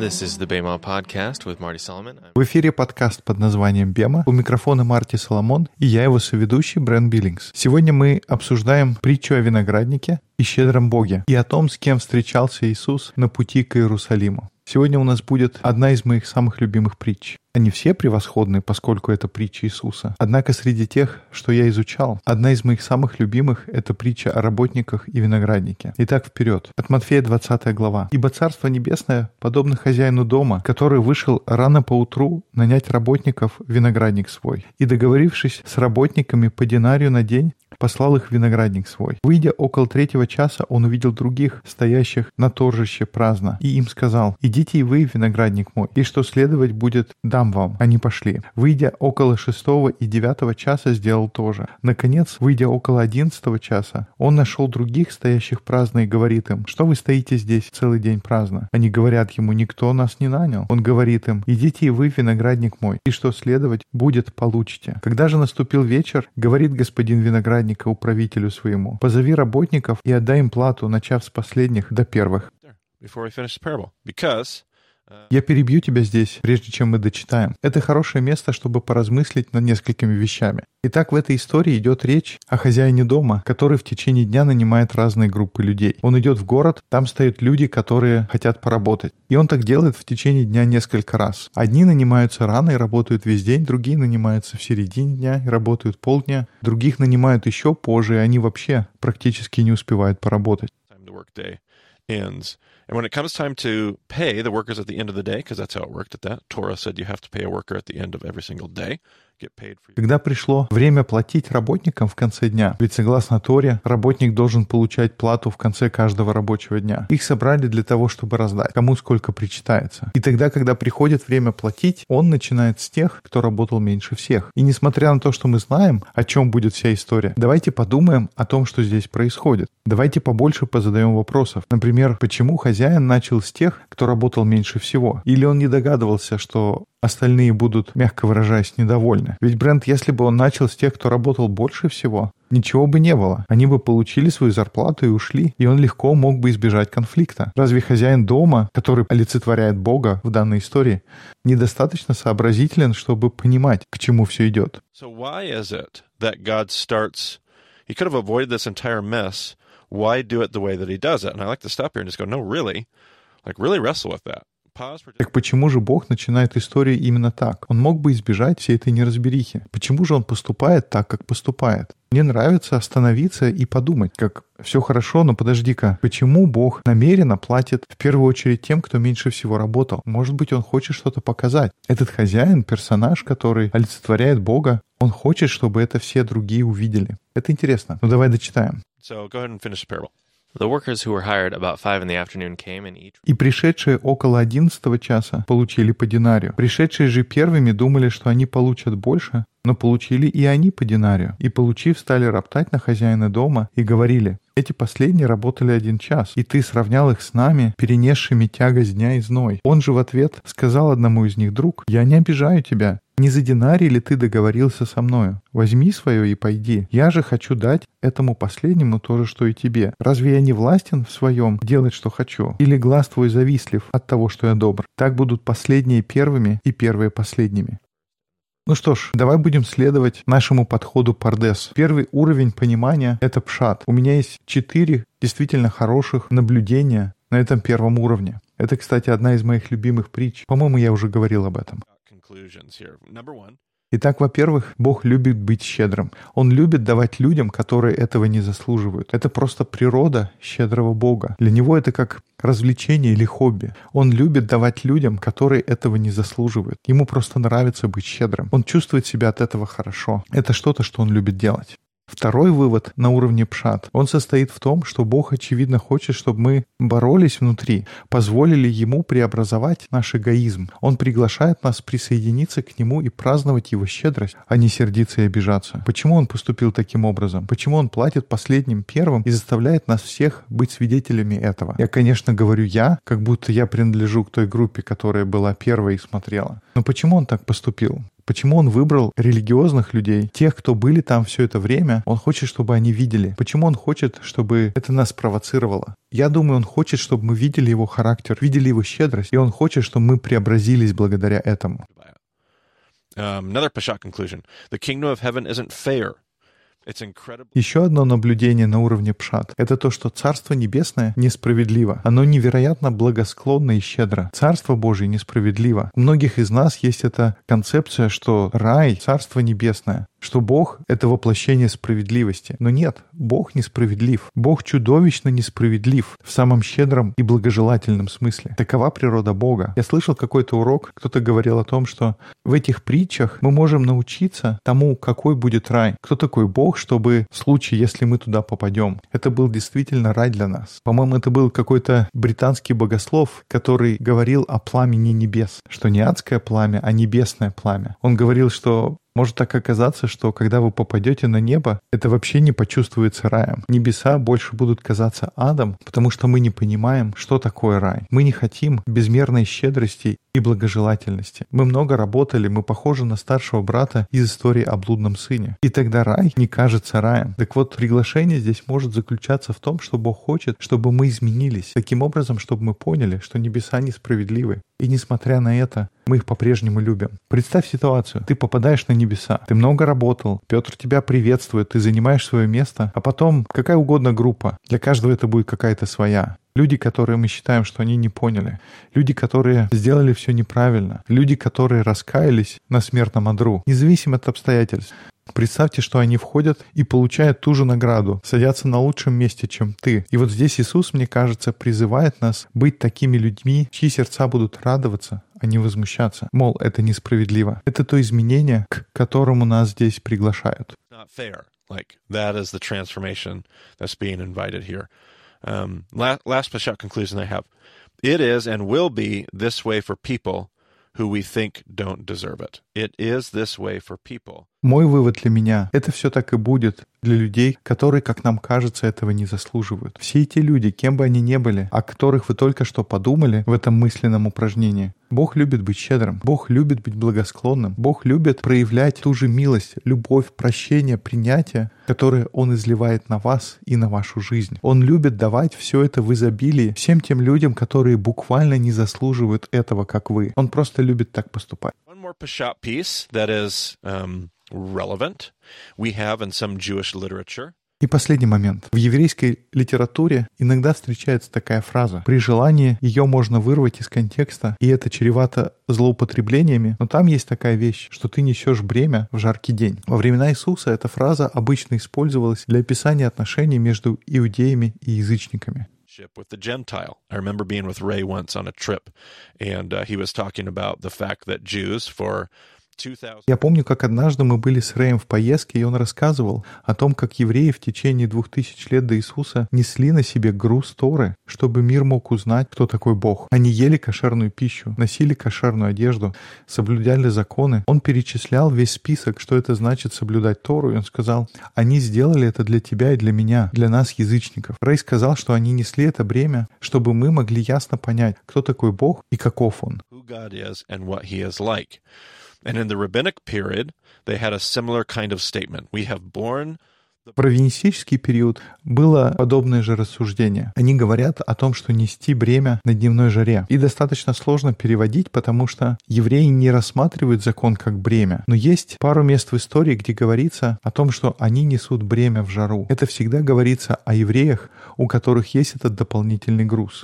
This is the Bema Podcast with Marty Solomon. В эфире подкаст под названием «Бема». У микрофона Марти Соломон и я его соведущий Брент Биллингс. Сегодня мы обсуждаем притчу о винограднике и щедром Боге и о том, с кем встречался Иисус на пути к Иерусалиму. Сегодня у нас будет одна из моих самых любимых притч. Они все превосходны, поскольку это притча Иисуса. Однако среди тех, что я изучал, одна из моих самых любимых — это притча о работниках и винограднике. Итак, вперед. От Матфея 20 глава. «Ибо Царство Небесное подобно хозяину дома, который вышел рано поутру нанять работников в виноградник свой, и, договорившись с работниками по динарию на день, послал их в виноградник свой. Выйдя около 3 часа, он увидел других, стоящих на торжище праздно, и им сказал: идите и вы в виноградник мой, и что следовать будет, дам вам. Они пошли. Выйдя около 6 и 9 часа, сделал то же. Наконец, выйдя около 11 часа, он нашел других, стоящих праздно, и говорит им: что вы стоите здесь целый день праздно? Они говорят ему: никто нас не нанял. Он говорит им: идите и вы в виноградник мой, и что следовать будет, получите. Когда же наступил вечер, говорит господин виноградника управителю своему: позови работников и отдай им плату, начав с последних до первых. Я перебью тебя здесь, прежде чем мы дочитаем. Это хорошее место, чтобы поразмыслить над несколькими вещами. Итак, в этой истории идет речь о хозяине дома, который в течение дня нанимает разные группы людей. Он идет в город, там стоят люди, которые хотят поработать. И он так делает в течение дня несколько раз. Одни нанимаются рано и работают весь день, другие нанимаются в середине дня и работают полдня, других нанимают еще позже, и они вообще практически не успевают поработать. And when it comes time to pay the workers at the end of the day, because that's how it worked at that, Torah said you have to pay a worker at the end of every single day. Когда пришло время платить работникам в конце дня, ведь согласно Торе, работник должен получать плату в конце каждого рабочего дня. Их собрали для того, чтобы раздать, кому сколько причитается. И тогда, когда приходит время платить, он начинает с тех, кто работал меньше всех. И несмотря на то, что мы знаем, о чем будет вся история, давайте подумаем о том, что здесь происходит. Давайте побольше позадаем вопросов. Например, почему хозяин начал с тех, кто работал меньше всего? Или он не догадывался, что остальные будут, мягко выражаясь, недовольны? Ведь, Брент, если бы он начал с тех, кто работал больше всего, ничего бы не было. Они бы получили свою зарплату и ушли, и он легко мог бы избежать конфликта. Разве хозяин дома, который олицетворяет Бога в данной истории, недостаточно сообразителен, чтобы понимать, к чему все идет? So why is it that God starts... He could have avoided this entire mess. Why do it the way that he does it? And I like to stop here and just go, no, really? Like, really wrestle with that. Так почему же Бог начинает историю именно так? Он мог бы избежать всей этой неразберихи. Почему же он поступает так, как поступает? Мне нравится остановиться и подумать, как все хорошо, но подожди-ка, почему Бог намеренно платит в первую очередь тем, кто меньше всего работал? Может быть, он хочет что-то показать. Этот хозяин, персонаж, который олицетворяет Бога, он хочет, чтобы это все другие увидели. Это интересно. Ну давай дочитаем. So go ahead and finish the parable. The workers who were hired about 5 in the afternoon came and each... И пришедшие около 11 часа получили по динарию. Пришедшие же первыми думали, что они получат больше, но получили и они по динарию. И, получив, стали роптать на хозяина дома и говорили: эти последние работали 1 час, и ты сравнял их с нами, перенесшими тягость дня и зной. Он же в ответ сказал одному из них: друг, я не обижаю тебя. Не за динарий ли ты договорился со мною? Возьми свое и пойди. Я же хочу дать этому последнему то же, что и тебе. Разве я не властен в своем делать, что хочу? Или глаз твой завистлив от того, что я добр? Так будут последние первыми и первые последними. Ну что ж, давай будем следовать нашему подходу Пардес. Первый уровень понимания — это пшат. У меня есть 4 действительно хороших наблюдения на этом первом уровне. Это, кстати, одна из моих любимых притч. По-моему, я уже говорил об этом. Итак, во-первых, Бог любит быть щедрым. Он любит давать людям, которые этого не заслуживают. Это просто природа щедрого Бога. Для Него это как развлечение или хобби. Он любит давать людям, которые этого не заслуживают. Ему просто нравится быть щедрым. Он чувствует себя от этого хорошо. Это что-то, что Он любит делать. Второй вывод на уровне пшат. Он состоит в том, что Бог, очевидно, хочет, чтобы мы боролись внутри, позволили Ему преобразовать наш эгоизм. Он приглашает нас присоединиться к Нему и праздновать Его щедрость, а не сердиться и обижаться. Почему Он поступил таким образом? Почему Он платит последним первым и заставляет нас всех быть свидетелями этого? Я, конечно, говорю «я», как будто я принадлежу к той группе, которая была первой и смотрела. Но почему Он так поступил? Почему Он выбрал религиозных людей, тех, кто были там все это время? Он хочет, чтобы они видели. Почему Он хочет, чтобы это нас провоцировало? Я думаю, Он хочет, чтобы мы видели Его характер, видели Его щедрость, и Он хочет, чтобы мы преобразились благодаря этому. Another Peshat conclusion. The kingdom of heaven isn't fair. It's incredible. Еще одно наблюдение на уровне пшат — это то, что Царство Небесное несправедливо. Оно невероятно благосклонно и щедро. Царство Божие несправедливо. У многих из нас есть эта концепция, что рай — Царство Небесное, что Бог — это воплощение справедливости. Но нет, Бог несправедлив. Бог чудовищно несправедлив в самом щедром и благожелательном смысле. Такова природа Бога. Я слышал какой-то урок, кто-то говорил о том, что в этих притчах мы можем научиться тому, какой будет рай. Кто такой Бог, чтобы в случае, если мы туда попадем, это был действительно рай для нас. По-моему, это был какой-то британский богослов, который говорил о пламени небес, что не адское пламя, а небесное пламя. Он говорил, что может так оказаться, что когда вы попадете на небо, это вообще не почувствуется раем. Небеса больше будут казаться адом, потому что мы не понимаем, что такое рай. Мы не хотим безмерной щедрости и благожелательности. Мы много работали, мы похожи на старшего брата из истории о блудном сыне. И тогда рай не кажется раем. Так вот, приглашение здесь может заключаться в том, что Бог хочет, чтобы мы изменились. Таким образом, чтобы мы поняли, что небеса несправедливы. И несмотря на это, мы их по-прежнему любим. Представь ситуацию. Ты попадаешь на небеса. Ты много работал. Петр тебя приветствует. Ты занимаешь свое место. А потом какая угодно группа. Для каждого это будет какая-то своя. Люди, которые мы считаем, что они не поняли. Люди, которые сделали все неправильно. Люди, которые раскаялись на смертном одру. Независимо от обстоятельств. Представьте, что они входят и получают ту же награду, садятся на лучшем месте, чем ты. И вот здесь Иисус, мне кажется, призывает нас быть такими людьми, чьи сердца будут радоваться, а не возмущаться. Мол, это несправедливо. Это то изменение, к которому нас здесь приглашают. Not fair. Like, that is the transformation that's being invited here. Last Peshat conclusion I have. It is and will be this way for people who we think don't deserve it. It is this way for people. Мой вывод для меня — это все так и будет для людей, которые, как нам кажется, этого не заслуживают. Все эти люди, кем бы они ни были, о которых вы только что подумали в этом мысленном упражнении, Бог любит быть щедрым, Бог любит быть благосклонным, Бог любит проявлять ту же милость, любовь, прощение, принятие, которое Он изливает на вас и на вашу жизнь. Он любит давать все это в изобилии всем тем людям, которые буквально не заслуживают этого, как вы. Он просто любит так поступать. One more Peshat piece that is relevant we have in some Jewish literature. И последний момент. В еврейской литературе иногда встречается такая фраза. При желании ее можно вырвать из контекста, и это чревато злоупотреблениями. Но там есть такая вещь, что ты несешь бремя в жаркий день. Во времена Иисуса эта фраза обычно использовалась для описания отношений между иудеями и язычниками. With the Gentile. I remember being with Ray once on a trip, and he was talking about the fact that Jews for 2000... Я помню, как однажды мы были с Рэем в поездке, и он рассказывал о том, как евреи в течение 2000 лет до Иисуса несли на себе груз Торы, чтобы мир мог узнать, кто такой Бог. Они ели кошерную пищу, носили кошерную одежду, соблюдали законы. Он перечислял весь список, что это значит соблюдать Тору, и он сказал: «Они сделали это для тебя и для меня, для нас, язычников». Рэй сказал, что они несли это бремя, чтобы мы могли ясно понять, кто такой Бог и каков Он. And in the rabbinic period, they had a similar kind of statement. We have borne... В раввинистический период было подобное же рассуждение. Они говорят о том, что нести бремя на дневной жаре. И достаточно сложно переводить, потому что евреи не рассматривают закон как бремя. Но есть пару мест в истории, где говорится о том, что они несут бремя в жару. Это всегда говорится о евреях, у которых есть этот дополнительный груз.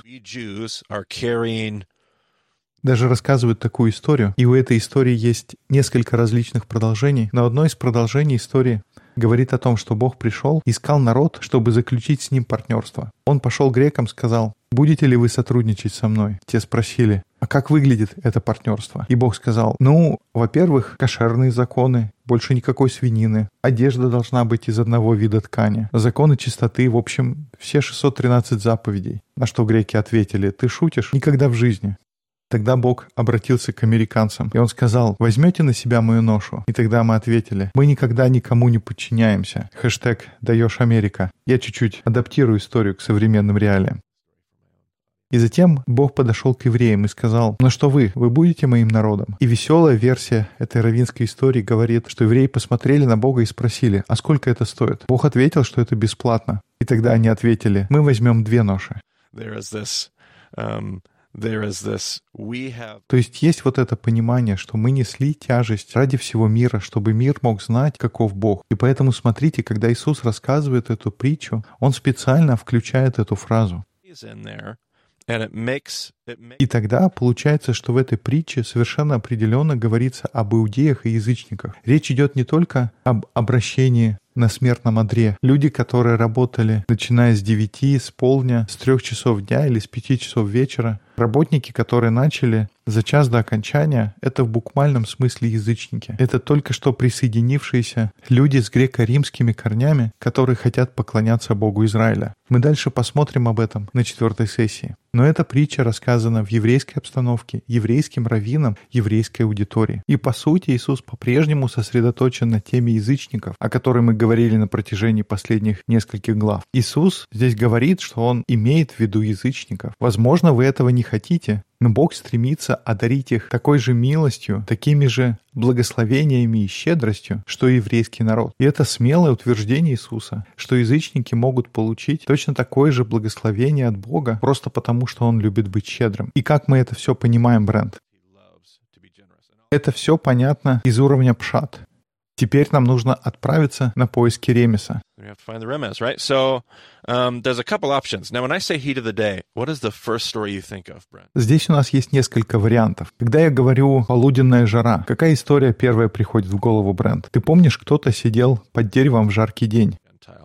Даже рассказывают такую историю, и у этой истории есть несколько различных продолжений, но одно из продолжений истории говорит о том, что Бог пришел, искал народ, чтобы заключить с ним партнерство. Он пошел к грекам, сказал: «Будете ли вы сотрудничать со мной?» Те спросили: «А как выглядит это партнерство?» И Бог сказал: во-первых, кошерные законы, больше никакой свинины, одежда должна быть из одного вида ткани, законы чистоты, в общем, все 613 заповедей». На что греки ответили: «Ты шутишь? Никогда в жизни». Тогда Бог обратился к американцам, и Он сказал: «Возьмете на себя мою ношу?» И тогда мы ответили: «Мы никогда никому не подчиняемся». #даешь Америка. Я чуть-чуть адаптирую историю к современным реалиям. И затем Бог подошел к евреям и сказал: «Ну что вы будете моим народом?» И веселая версия этой раввинской истории говорит, что евреи посмотрели на Бога и спросили: «А сколько это стоит?» Бог ответил, что это бесплатно. И тогда они ответили: «Мы возьмем 2 ноши». То есть вот это понимание, что мы несли тяжесть ради всего мира, чтобы мир мог знать, каков Бог. И поэтому смотрите, когда Иисус рассказывает эту притчу, Он специально включает эту фразу. И тогда получается, что в этой притче совершенно определенно говорится об иудеях и язычниках. Речь идет не только об обращении на смертном одре. Люди, которые работали, начиная с 9, с полдня, с 3 часов дня или с 5 часов вечера. Работники, которые начали за час до окончания, это в буквальном смысле язычники. Это только что присоединившиеся люди с греко-римскими корнями, которые хотят поклоняться Богу Израиля. Мы дальше посмотрим об этом на 4 сессии. Но эта притча рассказана в еврейской обстановке, еврейским раввинам, еврейской аудитории. И по сути Иисус по-прежнему сосредоточен на теме язычников, о которой мы говорили на протяжении последних нескольких глав. Иисус здесь говорит, что Он имеет в виду язычников. Возможно, вы этого не хотите, но Бог стремится одарить их такой же милостью, такими же благословениями и щедростью, что и еврейский народ. И это смелое утверждение Иисуса, что язычники могут получить точно такое же благословение от Бога, просто потому, что Он любит быть щедрым. И как мы это все понимаем, Брент? Это все понятно из уровня пшат. Теперь нам нужно отправиться на поиски ремеса. Здесь у нас есть несколько вариантов. Когда я говорю «полуденная жара», какая история первая приходит в голову, Брент? Ты помнишь, кто-то сидел под деревом в жаркий день?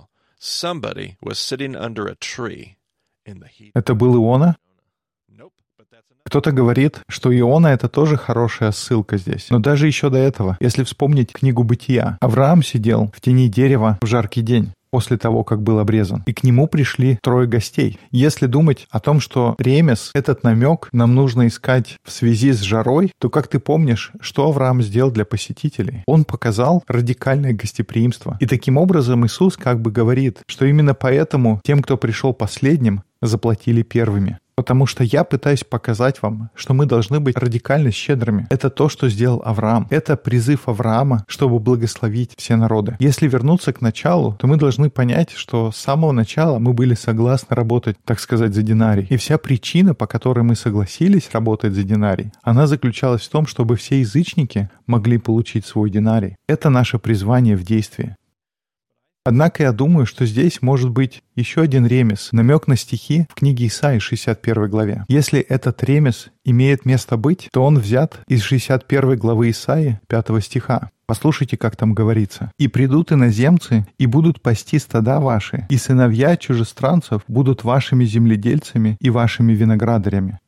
Это был Иона? Кто-то говорит, что Иона — это тоже хорошая ссылка здесь. Но даже еще до этого, если вспомнить книгу Бытия, Авраам сидел в тени дерева в жаркий день после того, как был обрезан. И к нему пришли 3 гостей. Если думать о том, что ремес, этот намек нам нужно искать в связи с жарой, то, как ты помнишь, что Авраам сделал для посетителей? Он показал радикальное гостеприимство. И таким образом Иисус как бы говорит, что именно поэтому тем, кто пришел последним, заплатили первыми. Потому что я пытаюсь показать вам, что мы должны быть радикально щедрыми. Это то, что сделал Авраам. Это призыв Авраама, чтобы благословить все народы. Если вернуться к началу, то мы должны понять, что с самого начала мы были согласны работать, так сказать, за динарий. И вся причина, по которой мы согласились работать за динарий, она заключалась в том, чтобы все язычники могли получить свой динарий. Это наше призвание в действии. Однако я думаю, что здесь может быть еще один ремес, намек на стихи в книге Исаии 61 главе. Если этот ремес имеет место быть, то он взят из 61 главы Исаии 5 стиха. Послушайте, как там говорится. «И придут иноземцы, и будут пасти стада ваши, и сыновья чужестранцев будут вашими земледельцами и вашими виноградарями».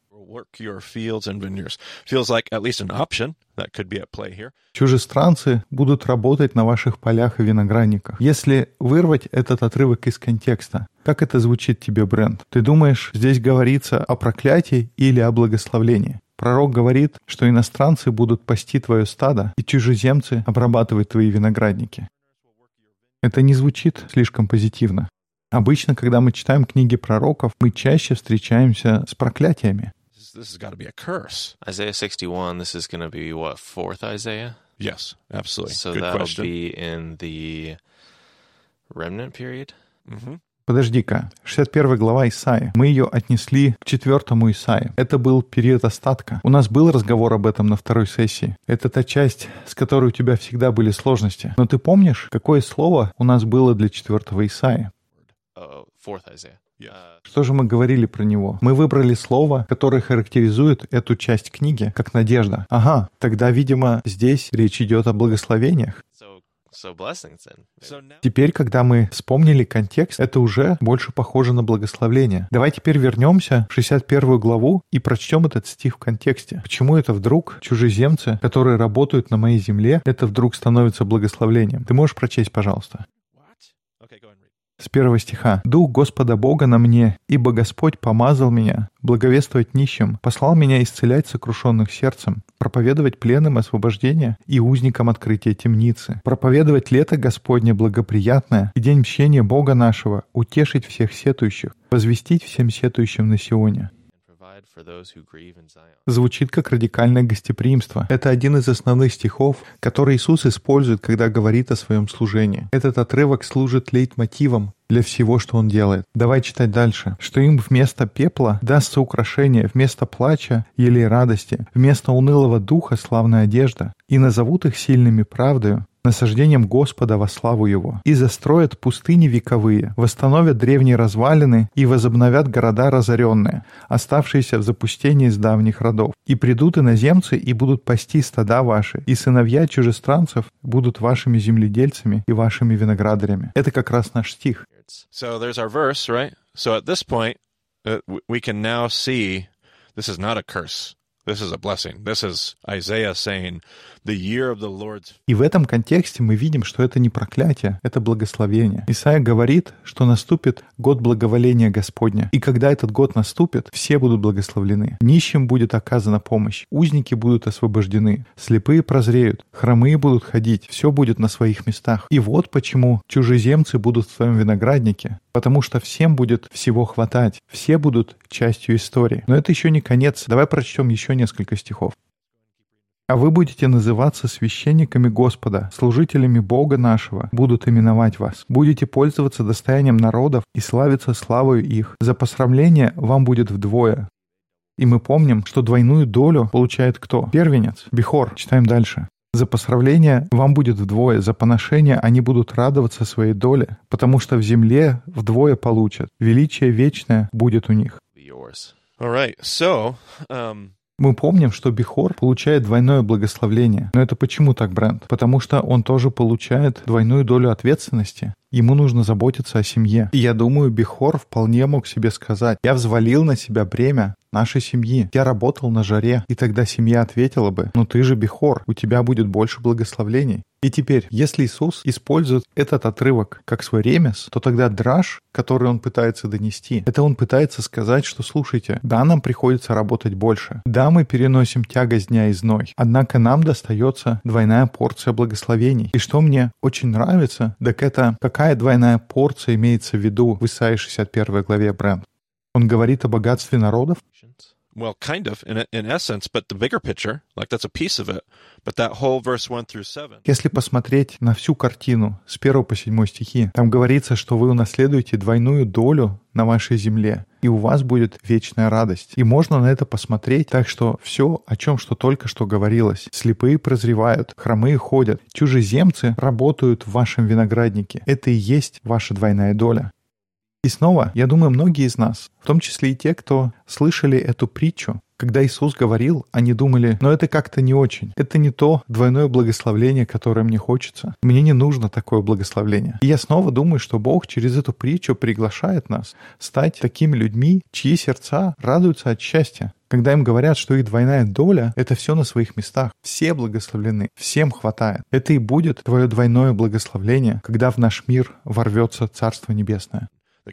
Чужестранцы будут работать на ваших полях и виноградниках. Если вырвать этот отрывок из контекста, как это звучит тебе, Брент? Ты думаешь, здесь говорится о проклятии или о благословлении? Пророк говорит, что иностранцы будут пасти твое стадо, и чужеземцы обрабатывать твои виноградники. Это не звучит слишком позитивно. Обычно, когда мы читаем книги пророков, мы чаще встречаемся с проклятиями. This has got to be a curse. Isaiah 61, this is going to be what, 4th Isaiah? Yes, absolutely. So Good that'll question. be in the remnant period? Подожди-ка, 61 глава Исаии. Мы ее отнесли к 4 Исаии. Это был период остатка. У нас был разговор об этом на 2 сессии. Это та часть, с которой у тебя всегда были сложности. Но ты помнишь, какое слово у нас было для 4 Исаии? 4th Isaiah. Что же мы говорили про него? Мы выбрали слово, которое характеризует эту часть книги, как надежда. Ага, тогда, видимо, здесь речь идет о благословениях. So blessings then. Теперь, когда мы вспомнили контекст, это уже больше похоже на благословление. Давай теперь вернемся в 61 главу и прочтем этот стих в контексте. Почему это вдруг чужеземцы, которые работают на моей земле, это вдруг становится благословлением? Ты можешь прочесть, пожалуйста? С 1 стиха. «Дух Господа Бога на мне, ибо Господь помазал меня благовествовать нищим, послал меня исцелять сокрушенных сердцем, проповедовать пленным освобождение и узникам открытия темницы, проповедовать лето Господне благоприятное и день мщения Бога нашего, утешить всех сетующих, возвестить всем сетующим на Сионе». звучит как радикальное гостеприимство. Это один из основных стихов, который Иисус использует, когда говорит о своем служении. Этот отрывок служит лейтмотивом для всего, что Он делает. Давай читать дальше. Что им вместо пепла дастся украшение, вместо плача — елей радости, вместо унылого духа — славная одежда, и назовут их сильными правдою, насаждением Господа во славу Его, и застроят пустыни вековые, восстановят древние развалины и возобновят города разоренные, оставшиеся в запустении с давних родов. И придут иноземцы и будут пасти стада ваши, и сыновья чужестранцев будут вашими земледельцами и вашими виноградарями. Это как раз наш стих. So there's our verse, right? So at this point, we can now see this is not a curse. This is a blessing. This is Isaiah saying, the year of the Lord's... И в этом контексте мы видим, что это не проклятие, это благословение. Исайя говорит, что наступит год благоволения Господня. И когда этот год наступит, все будут благословлены. Нищим будет оказана помощь, узники будут освобождены, слепые прозреют, хромые будут ходить, все будет на своих местах. И вот почему чужеземцы будут в твоем винограднике. Потому что всем будет всего хватать, все будут частью истории. Но это еще не конец. Давай прочтем еще несколько стихов. «А вы будете называться священниками Господа, служителями Бога нашего, будут именовать вас. Будете пользоваться достоянием народов и славиться славою их. За посрамление вам будет вдвое». И мы помним, что двойную долю получает кто? Первенец, Бихор. Читаем дальше. «За посрамление вам будет вдвое, за поношение они будут радоваться своей доле, потому что в земле вдвое получат. Величие вечное будет у них». All right. So, Мы помним, что Бихор получает двойное благословление. Но это почему так, Брент? Потому что он тоже получает двойную долю ответственности. Ему нужно заботиться о семье. И я думаю, Бихор вполне мог себе сказать: «Я взвалил на себя бремя нашей семьи. Я работал на жаре». И тогда семья ответила бы: «Ну ты же Бихор, у тебя будет больше благословлений». И теперь, если Иисус использует этот отрывок как свой ремес, то тогда драж, который он пытается донести, это он пытается сказать, что, слушайте, да, нам приходится работать больше, да, мы переносим тягость дня и зной, однако нам достается двойная порция благословений. И что мне очень нравится, так это какая двойная порция имеется в виду в Исаии 61 главе, Брент? Он говорит о богатстве народов? well, kind of, in essence, but the bigger picture, like that's a piece of it, but that whole verse 1 through 7. Если посмотреть на всю картину с 1 по 7 стихи, там говорится, что вы унаследуете двойную долю на вашей земле, и у вас будет вечная радость. И можно на это посмотреть так, что все, о чем что только что говорилось. Слепые прозревают, хромые ходят, чужеземцы работают в вашем винограднике. Это и есть ваша двойная доля. И снова, я думаю, многие из нас, в том числе и те, кто слышали эту притчу, когда Иисус говорил, они думали, но это как-то не очень. Это не то двойное благословление, которое мне хочется. Мне не нужно такое благословление. И я снова думаю, что Бог через эту притчу приглашает нас стать такими людьми, чьи сердца радуются от счастья. Когда им говорят, что их двойная доля — это все на своих местах. Все благословлены, всем хватает. Это и будет твое двойное благословление, когда в наш мир ворвется Царство Небесное.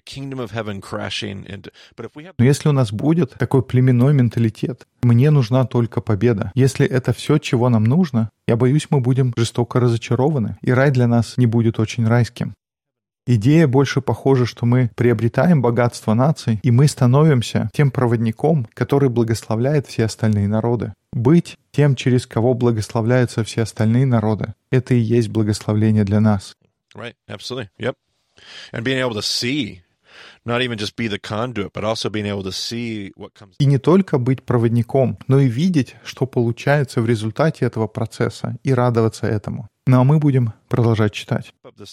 Но если у нас будет такой племенной менталитет, мне нужна только победа. Если это все, чего нам нужно, я боюсь, мы будем жестоко разочарованы, и рай для нас не будет очень райским. Идея больше похожа, что мы приобретаем богатство наций, и мы становимся тем проводником, который благословляет все остальные народы. Быть тем, через кого благословляются все остальные народы, это и есть благословление для нас. Right, absolutely, yep. And being able to see, not even just be the conduit, but also being able to see what comes. И не только быть проводником, но и видеть, что получается в результате этого процесса, и радоваться этому. Ну а мы будем продолжать читать.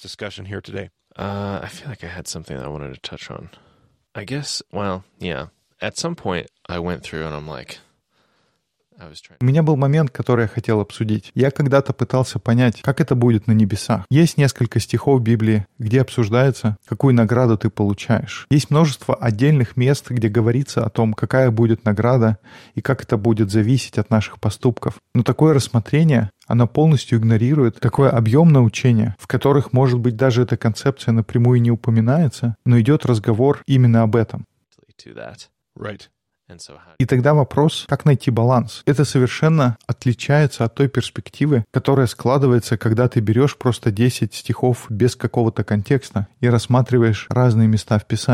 I feel like I had something that I wanted to touch on. I guess, well, yeah. At some point I went through and I'm like, У меня был момент, который я хотел обсудить. Я когда-то пытался понять, как это будет на небесах. Есть несколько стихов в Библии, где обсуждается, какую награду ты получаешь. Есть множество отдельных мест, где говорится о том, какая будет награда и как это будет зависеть от наших поступков. Но такое рассмотрение, оно полностью игнорирует такое объемное учение, в которых, может быть, даже эта концепция напрямую не упоминается, но идет разговор именно об этом. Right. И тогда вопрос, как найти баланс. Это совершенно отличается от той перспективы, которая складывается, когда ты берешь просто 10 стихов без какого-то контекста и рассматриваешь разные места в Писании.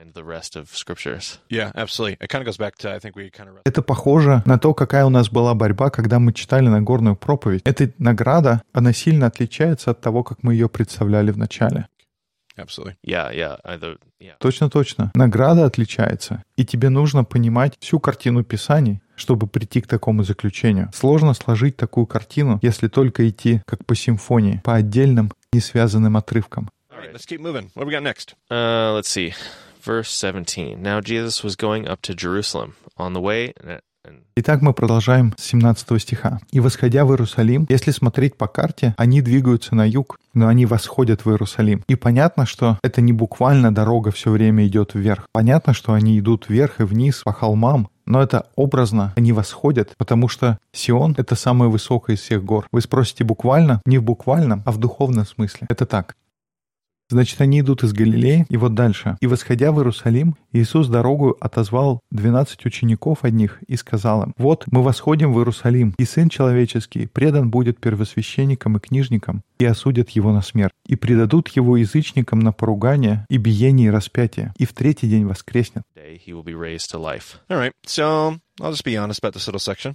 and the rest of scriptures. Yeah, absolutely. It kind of goes back to, I think we kind of... Это похоже на то, какая у нас была борьба, когда мы читали Нагорную проповедь. Эта награда, она сильно отличается от того, как мы ее представляли в начале. Absolutely. Yeah. Точно. Награда отличается, и тебе нужно понимать всю картину Писаний, чтобы прийти к такому заключению. Сложно сложить такую картину, если только идти как по симфонии, по отдельным, не связанным отрывкам. All right, let's keep moving. What do we got next? Let's see. Verse 17. Now Jesus was going up to Jerusalem. On the way... Итак, мы продолжаем с 17 стиха. «И восходя в Иерусалим, если смотреть по карте, они двигаются на юг, но они восходят в Иерусалим». И понятно, что это не буквально дорога все время идет вверх. Понятно, что они идут вверх и вниз по холмам, но это образно, они восходят, потому что Сион — это самая высокая из всех гор. Вы спросите, буквально? Не в буквальном, а в духовном смысле. Это так. Значит, они идут из Галилеи, и вот дальше. «И восходя в Иерусалим, Иисус дорогу отозвал 12 учеников одних и сказал им: вот мы восходим в Иерусалим, и Сын Человеческий предан будет первосвященникам и книжникам, и осудят его на смерть, и предадут его язычникам на поругание и биение и распятие, и в третий день воскреснет». He will be raised to life. All right, so I'll just be honest about this little section.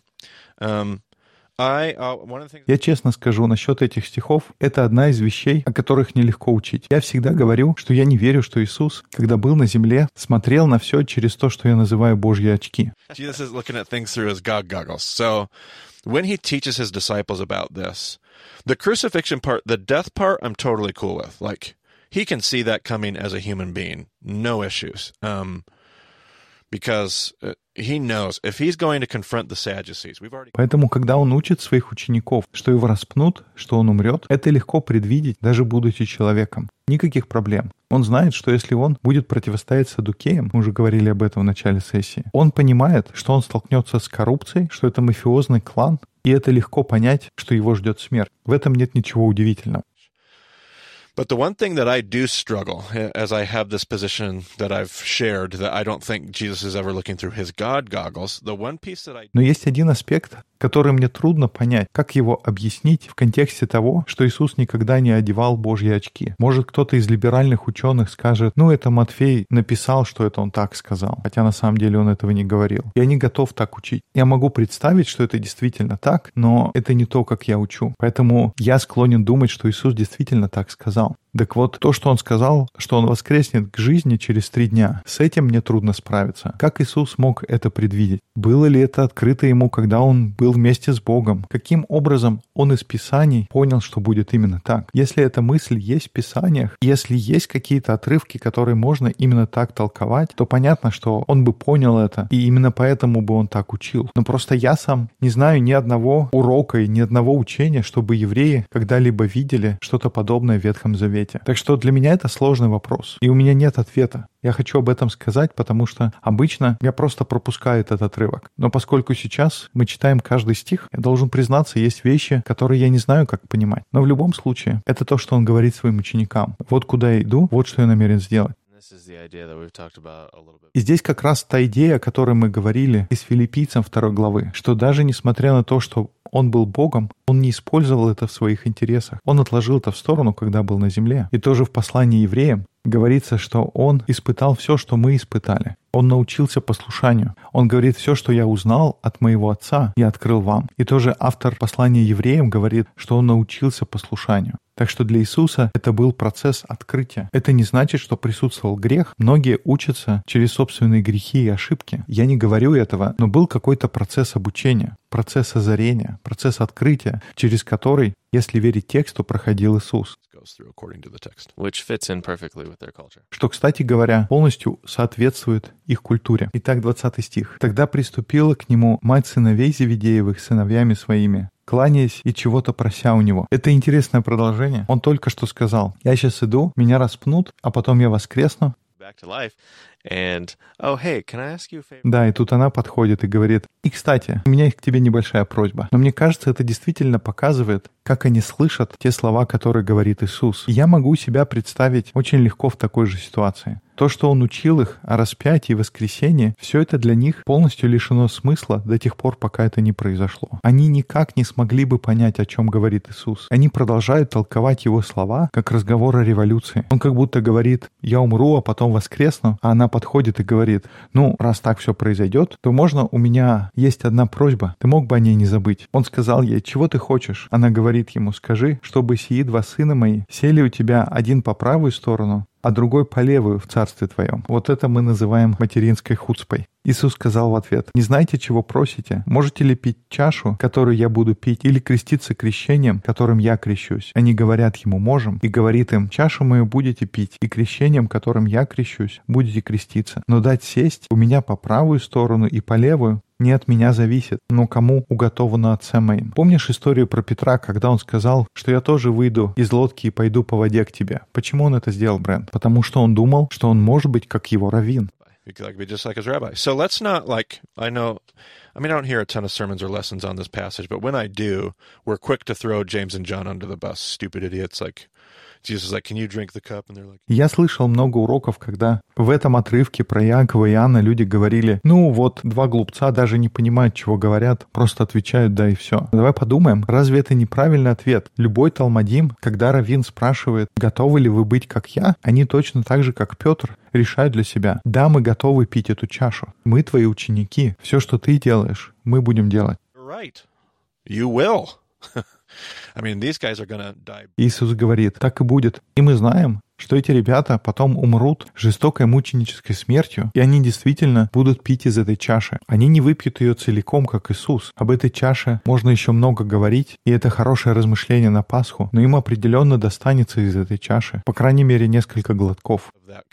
Я честно скажу, насчет этих стихов, это одна из вещей, о которых нелегко учить. Я всегда говорю, что я не верю, что Иисус, когда был на земле, смотрел на все через то, что я называю Божьи очки. Jesus is looking at things through his God goggles. So when he teaches his disciples about this, the crucifixion part, the death part, I'm totally cool with. Like, he can see that coming as a human being. No issues. Because he knows if he's going to confront the Sadducees, we've already... Поэтому, когда он учит своих учеников, что его распнут, что он умрет, это легко предвидеть, даже будучи человеком. Никаких проблем. Он знает, что если он будет противостоять саддукеям, мы уже говорили об этом в начале сессии, он понимает, что он столкнется с коррупцией, что это мафиозный клан, и это легко понять, что его ждет смерть. В этом нет ничего удивительного. But the one thing that I do struggle, as I have this position that I've shared, that I don't think Jesus is ever looking through his God goggles, the one piece that I... Но есть один аспект, который мне трудно понять, как его объяснить в контексте того, что Иисус никогда не одевал Божьи очки. Может, кто-то из либеральных ученых скажет: ну, это Матфей написал, что это он так сказал, хотя на самом деле он этого не говорил. Я не готов так учить. Я могу представить, что это действительно так, но это не то, как я учу. Поэтому я склонен думать, что Иисус действительно так сказал. Так вот, то, что он сказал, что он воскреснет к жизни через 3 дня, с этим мне трудно справиться. Как Иисус мог это предвидеть? Было ли это открыто ему, когда он был вместе с Богом? Каким образом он из Писаний понял, что будет именно так? Если эта мысль есть в Писаниях, если есть какие-то отрывки, которые можно именно так толковать, то понятно, что он бы понял это, и именно поэтому бы он так учил. Но просто я сам не знаю ни одного урока и ни одного учения, чтобы евреи когда-либо видели что-то подобное в Ветхом Завете. Так что для меня это сложный вопрос, и у меня нет ответа. Я хочу об этом сказать, потому что обычно я просто пропускаю этот отрывок. Но поскольку сейчас мы читаем каждый стих, я должен признаться, есть вещи, которые я не знаю, как понимать. Но в любом случае, это то, что он говорит своим ученикам. Вот куда я иду, вот что я намерен сделать. И здесь как раз та идея, о которой мы говорили из Филиппийцам 2 главы, что даже несмотря на то, что он был Богом, он не использовал это в своих интересах. Он отложил это в сторону, когда был на земле. И тоже в послании евреям говорится, что он испытал все, что мы испытали. Он научился послушанию. Он говорит: все, что я узнал от моего отца, я открыл вам. И тоже автор послания евреям говорит, что он научился послушанию. Так что для Иисуса это был процесс открытия. Это не значит, что присутствовал грех. Многие учатся через собственные грехи и ошибки. Я не говорю этого, но был какой-то процесс обучения, процесс озарения, процесс открытия, через который, если верить тексту, проходил Иисус. Что, кстати говоря, полностью соответствует их культуре. Итак, 20 стих. «Тогда приступила к нему мать сыновей Зеведеевых сыновьями своими, кланяясь и чего-то прося у него». Это интересное продолжение. Он только что сказал: я сейчас иду, меня распнут, а потом я воскресну. Да, и тут она подходит и говорит: и, кстати, у меня к тебе небольшая просьба. Но мне кажется, это действительно показывает, как они слышат те слова, которые говорит Иисус. И я могу себя представить очень легко в такой же ситуации. То, что Он учил их о распятии и воскресении, все это для них полностью лишено смысла до тех пор, пока это не произошло. Они никак не смогли бы понять, о чем говорит Иисус. Они продолжают толковать Его слова, как разговор о революции. Он как будто говорит: «Я умру, а потом воскресну», а она подходит и говорит: «Ну, раз так все произойдет, то можно у меня есть одна просьба, ты мог бы о ней не забыть». Он сказал ей: «Чего ты хочешь?» Она говорит ему: «Скажи, чтобы сии 2 сына мои сели у тебя, один по правую сторону, а другой по левую в царстве твоем». Вот это мы называем материнской хуцпой. Иисус сказал в ответ: «Не знаете, чего просите? Можете ли пить чашу, которую я буду пить, или креститься крещением, которым я крещусь?» Они говорят ему: «Можем». И говорит им: «Чашу мою будете пить, и крещением, которым я крещусь, будете креститься. Но дать сесть у меня по правую сторону и по левую не от меня зависит, но кому уготовано Отцем моим». Помнишь историю про Петра, когда он сказал, что я тоже выйду из лодки и пойду по воде к тебе? Почему он это сделал, Брент? Потому что он думал, что он может быть как его раввин. Be just like his rabbi. So let's not I don't hear a ton of sermons or lessons on this passage, but when I do, we're quick to throw James and John under the bus. Stupid idiots, Jesus is like, can you drink the cup? And they're like... Я слышал много уроков, когда в этом отрывке про Иакова и Иоанна люди говорили: ну вот, 2 глупца даже не понимают, чего говорят, просто отвечают «да» и все. Давай подумаем, разве это неправильный ответ? Любой талмадим, когда раввин спрашивает: готовы ли вы быть как я, они точно так же, как Петр, решают для себя: да, мы готовы пить эту чашу. Мы твои ученики. Все, что ты делаешь, мы будем делать. Right. You will. These guys are gonna die. Иисус говорит: так и будет. И мы знаем, что эти ребята потом умрут жестокой мученической смертью, и они действительно будут пить из этой чаши. Они не выпьют ее целиком, как Иисус. Об этой чаше можно еще много говорить, и это хорошее размышление на Пасху, но им определенно достанется из этой чаши, по крайней мере, несколько глотков.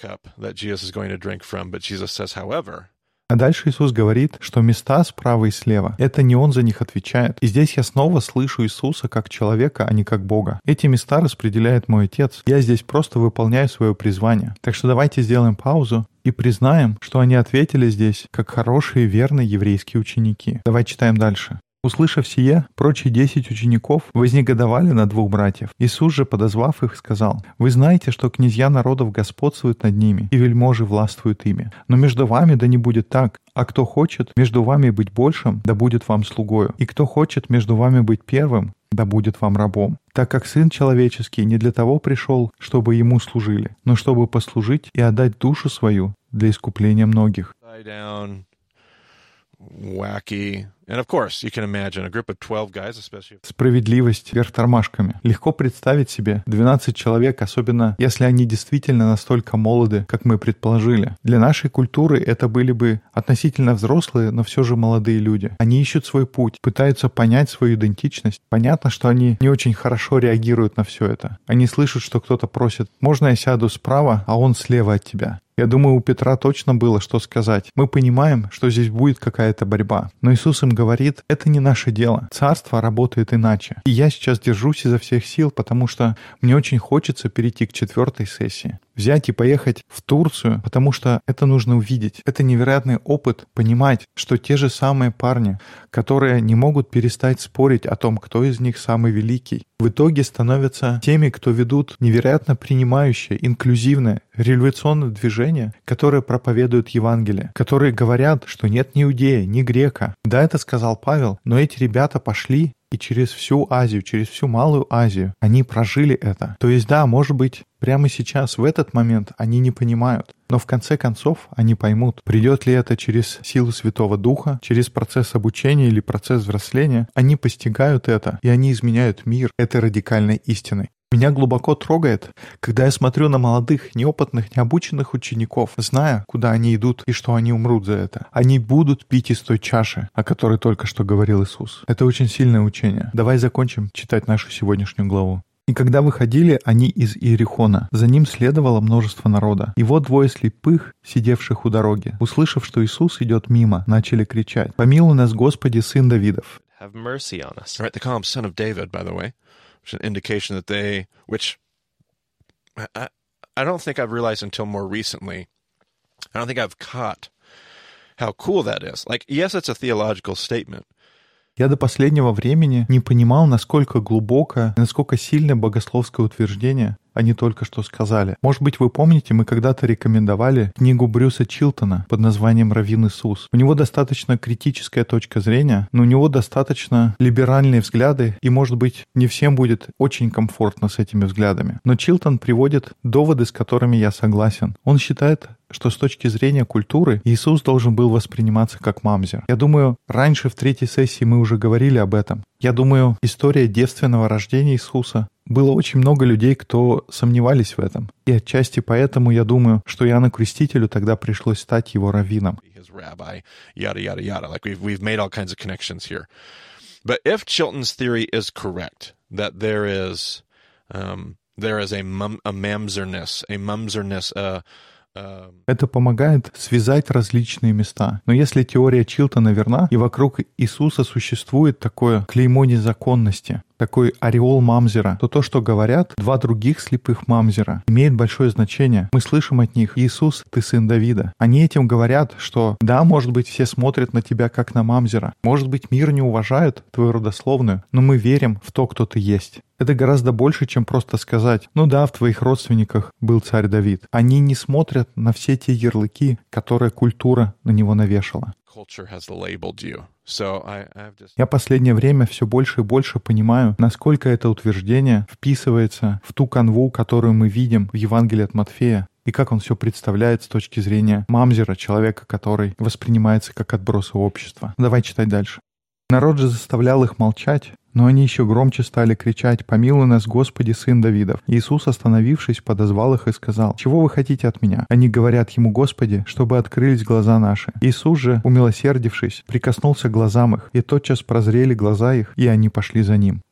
А дальше Иисус говорит, что места справа и слева — это не Он за них отвечает. И здесь я снова слышу Иисуса как человека, а не как Бога. Эти места распределяет мой Отец. Я здесь просто выполняю свое призвание. Так что давайте сделаем паузу и признаем, что они ответили здесь как хорошие, верные еврейские ученики. Давай читаем дальше. «Услышав сие, прочие 10 учеников вознегодовали на 2 братьев. Иисус же, подозвав их, сказал: «Вы знаете, что князья народов господствуют над ними, и вельможи властвуют ими. Но между вами да не будет так. А кто хочет между вами быть большим, да будет вам слугою. И кто хочет между вами быть первым, да будет вам рабом. Так как Сын Человеческий не для того пришел, чтобы Ему служили, но чтобы послужить и отдать душу свою для искупления многих». Wacky. And of course, you can imagine a group of 12 guys, especially... Справедливость вверх тормашками. Легко представить себе 12 человек, особенно если они действительно настолько молоды, как мы предположили. Для нашей культуры это были бы относительно взрослые, но все же молодые люди. Они ищут свой путь, пытаются понять свою идентичность. Понятно, что они не очень хорошо реагируют на все это. Они слышат, что кто-то просит: «Можно я сяду справа, а он слева от тебя?» Я думаю, у Петра точно было что сказать. Мы понимаем, что здесь будет какая-то борьба. Но Иисус им говорит: это не наше дело. Царство работает иначе. И я сейчас держусь изо всех сил, потому что мне очень хочется перейти к 4-й сессии. Взять и поехать в Турцию, потому что это нужно увидеть. Это невероятный опыт понимать, что те же самые парни, которые не могут перестать спорить о том, кто из них самый великий, в итоге становятся теми, кто ведут невероятно принимающее, инклюзивное, революционное движение, которое проповедует Евангелие, которые говорят, что нет ни иудея, ни грека. Да, это сказал Павел, но эти ребята пошли, и через всю Азию, через всю Малую Азию они прожили это. То есть да, может быть, прямо сейчас, в этот момент они не понимают, но в конце концов они поймут. Придет ли это через силу Святого Духа, через процесс обучения или процесс взросления, они постигают это, и они изменяют мир этой радикальной истиной. Меня глубоко трогает, когда я смотрю на молодых, неопытных, необученных учеников, зная, куда они идут и что они умрут за это. Они будут пить из той чаши, о которой только что говорил Иисус. Это очень сильное учение. Давай закончим читать нашу сегодняшнюю главу. «И когда выходили они из Иерихона, за ним следовало множество народа. И вот 2 слепых, сидевших у дороги, услышав, что Иисус идет мимо, начали кричать: «Помилуй нас, Господи, Сын Давидов!» Have mercy on us. Right, they call him Son of David, by the way, which is an indication that which I don't think I've realized until more recently. I don't think I've caught how cool that is. Like, yes, it's a theological statement, Я до последнего времени не понимал, насколько глубокое, насколько сильное богословское утверждение они только что сказали. Может быть, вы помните, мы когда-то рекомендовали книгу Брюса Чилтона под названием «Раввин Иисус». У него достаточно критическая точка зрения, но у него достаточно либеральные взгляды, и, может быть, не всем будет очень комфортно с этими взглядами. Но Чилтон приводит доводы, с которыми я согласен. Он считает, что с точки зрения культуры Иисус должен был восприниматься как мамзер. Я думаю, раньше в 3-й сессии мы уже говорили об этом. Я думаю, история девственного рождения Иисуса. Было очень много людей, кто сомневались в этом. И отчасти поэтому я думаю, что Иоанну Крестителю тогда пришлось стать его раввином. We've made all kinds of connections here. But if Chilton's theory is correct, that there is a mamzerness, Это помогает связать различные места. Но если теория Чилтона верна, и вокруг Иисуса существует такое клеймо незаконности, такой ореол мамзера, то, что говорят два других слепых мамзера, имеет большое значение. Мы слышим от них: «Иисус, ты сын Давида». Они этим говорят, что да, может быть, все смотрят на тебя как на мамзера, может быть, мир не уважает твою родословную, но мы верим в то, кто ты есть. Это гораздо больше, чем просто сказать: ну да, в твоих родственниках был царь Давид. Они не смотрят на все те ярлыки, которые культура на него навешала. Я последнее время все больше и больше понимаю, насколько это утверждение вписывается в ту канву, которую мы видим в Евангелии от Матфея, и как он все представляет с точки зрения мамзера, человека, который воспринимается как отброс общества. Давай читать дальше. Народ же заставлял их молчать, но они еще громче стали кричать: «Помилуй нас, Господи, сын Давидов». Иисус, остановившись, подозвал их и сказал: «Чего вы хотите от меня?» Они говорят ему: «Господи, чтобы открылись глаза наши». Иисус же, умилосердившись, прикоснулся к глазам их, и тотчас прозрели глаза их, и они пошли за ним.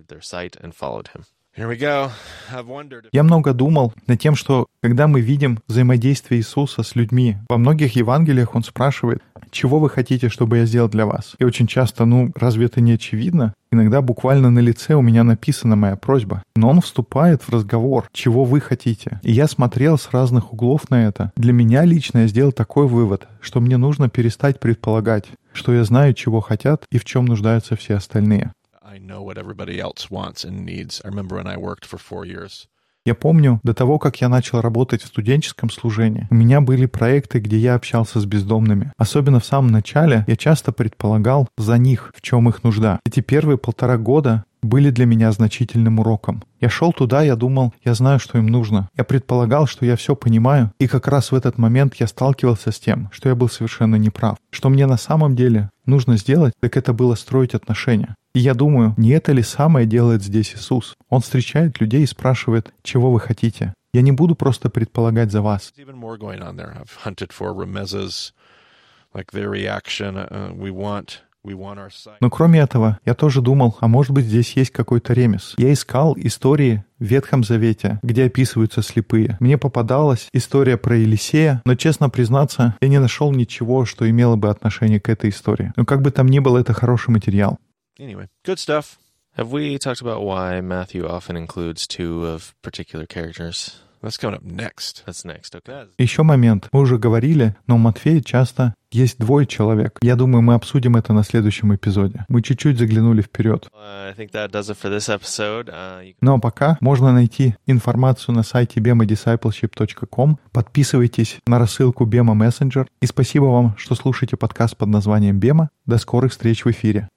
Я много думал над тем, что когда мы видим взаимодействие Иисуса с людьми, во многих Евангелиях Он спрашивает: «Чего вы хотите, чтобы я сделал для вас?» И очень часто, разве это не очевидно? Иногда буквально на лице у меня написана моя просьба. Но Он вступает в разговор: «Чего вы хотите?» И я смотрел с разных углов на это. Для меня лично я сделал такой вывод, что мне нужно перестать предполагать, что я знаю, чего хотят и в чем нуждаются все остальные. Я помню, до того, как я начал работать в студенческом служении, у меня были проекты, где я общался с бездомными. Особенно в самом начале я часто предполагал за них, в чем их нужда. Эти первые 1,5 года были для меня значительным уроком. Я шел туда, я думал, я знаю, что им нужно. Я предполагал, что я все понимаю, и как раз в этот момент я сталкивался с тем, что я был совершенно неправ. Что мне на самом деле нужно сделать, так это было строить отношения. И я думаю, не это ли самое делает здесь Иисус? Он встречает людей и спрашивает: «Чего вы хотите?» Я не буду просто предполагать за вас. Но кроме этого, я тоже думал, а может быть здесь есть какой-то ремес. Я искал истории в Ветхом Завете, где описываются слепые. Мне попадалась история про Елисея, но, честно признаться, я не нашел ничего, что имело бы отношение к этой истории. Но как бы там ни было, это хороший материал. Anyway, good stuff. Have we talked about why Matthew often includes 2 of particular characters? That's coming up next. That's next, okay. Еще момент. Мы уже говорили, но у Матфея часто есть 2 человек. Я думаю, мы обсудим это на следующем эпизоде. Мы чуть-чуть заглянули вперед. I think that does it for this episode. Ну а пока можно найти информацию на сайте bemadiscipleship.com. Подписывайтесь на рассылку Bema Messenger. И спасибо вам, что слушаете подкаст под названием Бема. До скорых встреч в эфире.